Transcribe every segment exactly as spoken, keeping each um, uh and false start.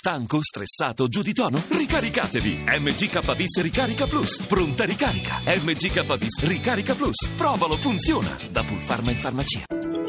Stanco, stressato, giù di tono? Ricaricatevi! M G K Bis Ricarica Plus. Pronta ricarica. M G K Bis Ricarica Plus. Provalo, funziona. Da Pulpharma in farmacia.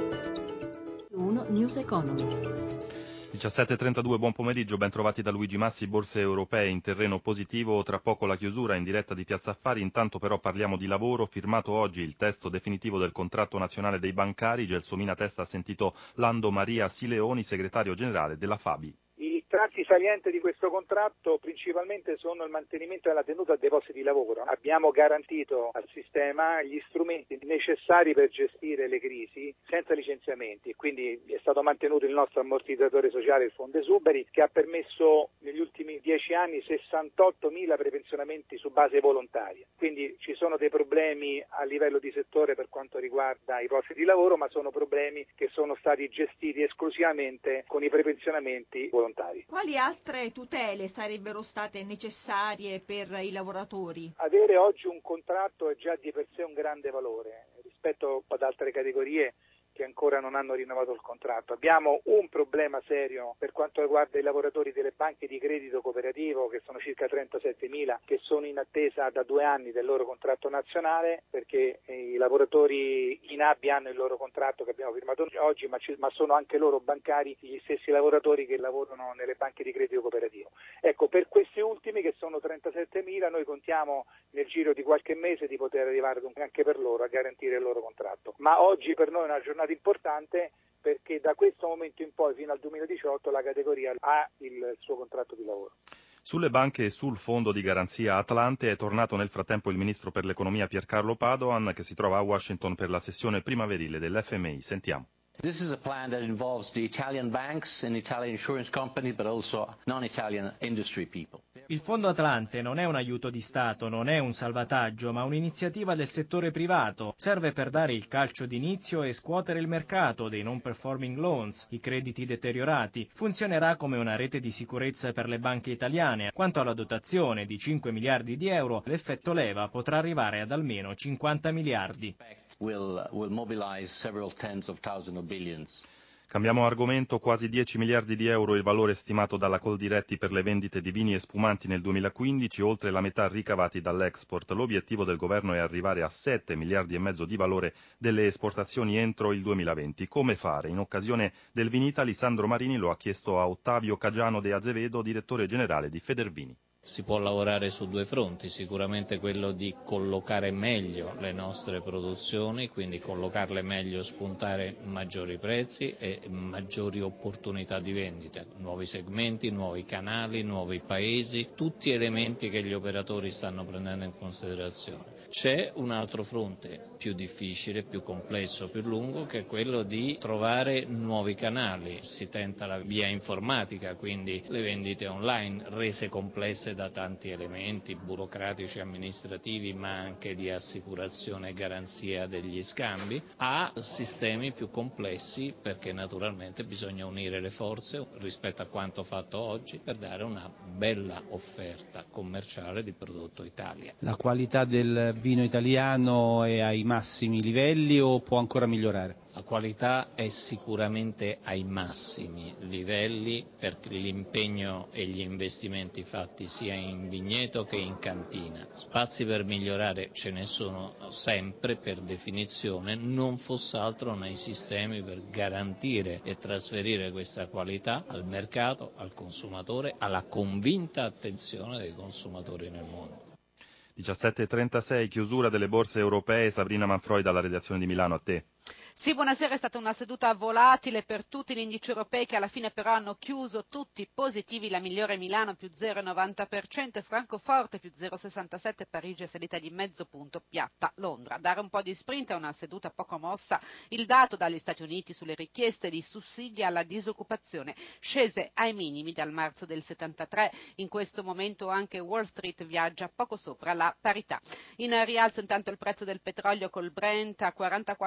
uno News Economy. diciassette e trentadue, buon pomeriggio, ben trovati da Luigi Massi, borse europee in terreno positivo, tra poco la chiusura in diretta di Piazza Affari, intanto però parliamo di lavoro, firmato oggi il testo definitivo del contratto nazionale dei bancari, Gelsomina Testa ha sentito Lando Maria Sileoni, segretario generale della Fabi. I tratti salienti di questo contratto principalmente sono il mantenimento della tenuta dei posti di lavoro. Abbiamo garantito al sistema gli strumenti necessari per gestire le crisi senza licenziamenti, quindi è stato mantenuto il nostro ammortizzatore sociale, il Fondo Esuberi, che ha permesso negli ultimi dieci anni sessantottomila prepensionamenti su base volontaria. Quindi ci sono dei problemi a livello di settore per quanto riguarda i posti di lavoro, ma sono problemi che sono stati gestiti esclusivamente con i prepensionamenti volontari. Quali altre tutele sarebbero state necessarie per i lavoratori? Avere oggi un contratto è già di per sé un grande valore rispetto ad altre categorie che ancora non hanno rinnovato il contratto. Abbiamo un problema serio per quanto riguarda i lavoratori delle banche di credito cooperativo, che sono circa trentasettemila, che sono in attesa da due anni del loro contratto nazionale, perché i lavoratori in A B I hanno il loro contratto che abbiamo firmato oggi, ma, ci, ma sono anche loro bancari, gli stessi lavoratori che lavorano nelle banche di credito cooperativo. Ecco, per questi ultimi, che sono trentasettemila, noi contiamo nel giro di qualche mese di poter arrivare anche per loro a garantire il loro contratto. Ma oggi per noi è una giornata importante, perché da questo momento in poi fino al duemiladiciotto la categoria ha il suo contratto di lavoro. Sulle banche e sul fondo di garanzia Atlante è tornato nel frattempo il ministro per l'economia Piercarlo Padoan, che si trova a Washington per la sessione primaverile dell'F M I. Sentiamo. This is a plan that involves the Italian banks and Italian insurance companies, but also non-Italian industry people. Il Fondo Atlante non è un aiuto di Stato, non è un salvataggio, ma un'iniziativa del settore privato. Serve per dare il calcio d'inizio e scuotere il mercato dei non-performing loans, i crediti deteriorati. Funzionerà come una rete di sicurezza per le banche italiane. Quanto alla dotazione di cinque miliardi di euro, l'effetto leva potrà arrivare ad almeno cinquanta miliardi. Will, will mobilize several tens of thousands of billions. Cambiamo argomento, quasi dieci miliardi di euro il valore stimato dalla Coldiretti per le vendite di vini e spumanti nel duemilaquindici, oltre la metà ricavati dall'export. L'obiettivo del governo è arrivare a sette miliardi e mezzo di valore delle esportazioni entro il duemilaventi. Come fare? In occasione del Vinitaly, Sandro Marini lo ha chiesto a Ottavio Cagiano de Azevedo, direttore generale di Federvini. Si può lavorare su due fronti, sicuramente quello di collocare meglio le nostre produzioni, quindi collocarle meglio, spuntare maggiori prezzi e maggiori opportunità di vendita, nuovi segmenti, nuovi canali, nuovi paesi, tutti elementi che gli operatori stanno prendendo in considerazione. C'è un altro fronte più difficile, più complesso, più lungo, che è quello di trovare nuovi canali. Si tenta la via informatica, quindi le vendite online rese complesse da tanti elementi burocratici, amministrativi, ma anche di assicurazione e garanzia degli scambi, a sistemi più complessi, perché naturalmente bisogna unire le forze rispetto a quanto fatto oggi per dare una bella offerta commerciale di prodotto Italia. La qualità del vino italiano è ai massimi livelli o può ancora migliorare? La qualità è sicuramente ai massimi livelli per l'impegno e gli investimenti fatti sia in vigneto che in cantina. Spazi per migliorare ce ne sono sempre per definizione, non fosse altro nei sistemi per garantire e trasferire questa qualità al mercato, al consumatore, alla convinta attenzione dei consumatori nel mondo. diciassette e trentasei, chiusura delle borse europee. Sabrina Manfroi dalla redazione di Milano, a te. Sì, buonasera, è stata una seduta volatile per tutti gli indici europei, che alla fine però hanno chiuso tutti positivi. La migliore Milano più zero virgola novanta per cento, Francoforte più zero virgola sessantasette, Parigi è salita di mezzo punto, piatta Londra. Dare un po' di sprint a una seduta poco mossa il dato dagli Stati Uniti sulle richieste di sussidi alla disoccupazione, scese ai minimi dal marzo del settantatré. In questo momento anche Wall Street viaggia poco sopra la parità. In rialzo intanto il prezzo del petrolio, col Brent a quarantaquattro dollari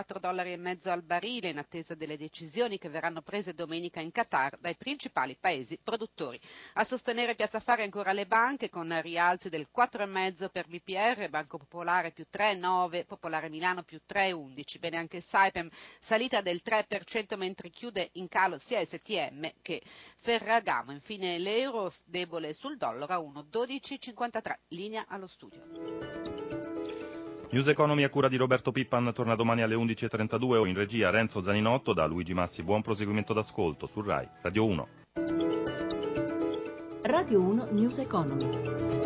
dollari e mezzo al barile in attesa delle decisioni che verranno prese domenica in Qatar dai principali paesi produttori. A sostenere Piazza Affari ancora le banche con rialzi del quattro virgola cinque per B P R, Banco Popolare più tre virgola nove, Popolare Milano più tre virgola undici. Bene anche Saipem, salita del tre per cento mentre chiude in calo sia S T M che Ferragamo. Infine l'euro debole sul dollaro a uno virgola dodici cinquantatré. Linea allo studio. News Economy a cura di Roberto Pippan torna domani alle undici e trentadue o in regia Renzo Zaninotto. Da Luigi Massi buon proseguimento d'ascolto su Rai Radio uno. Radio uno News Economy.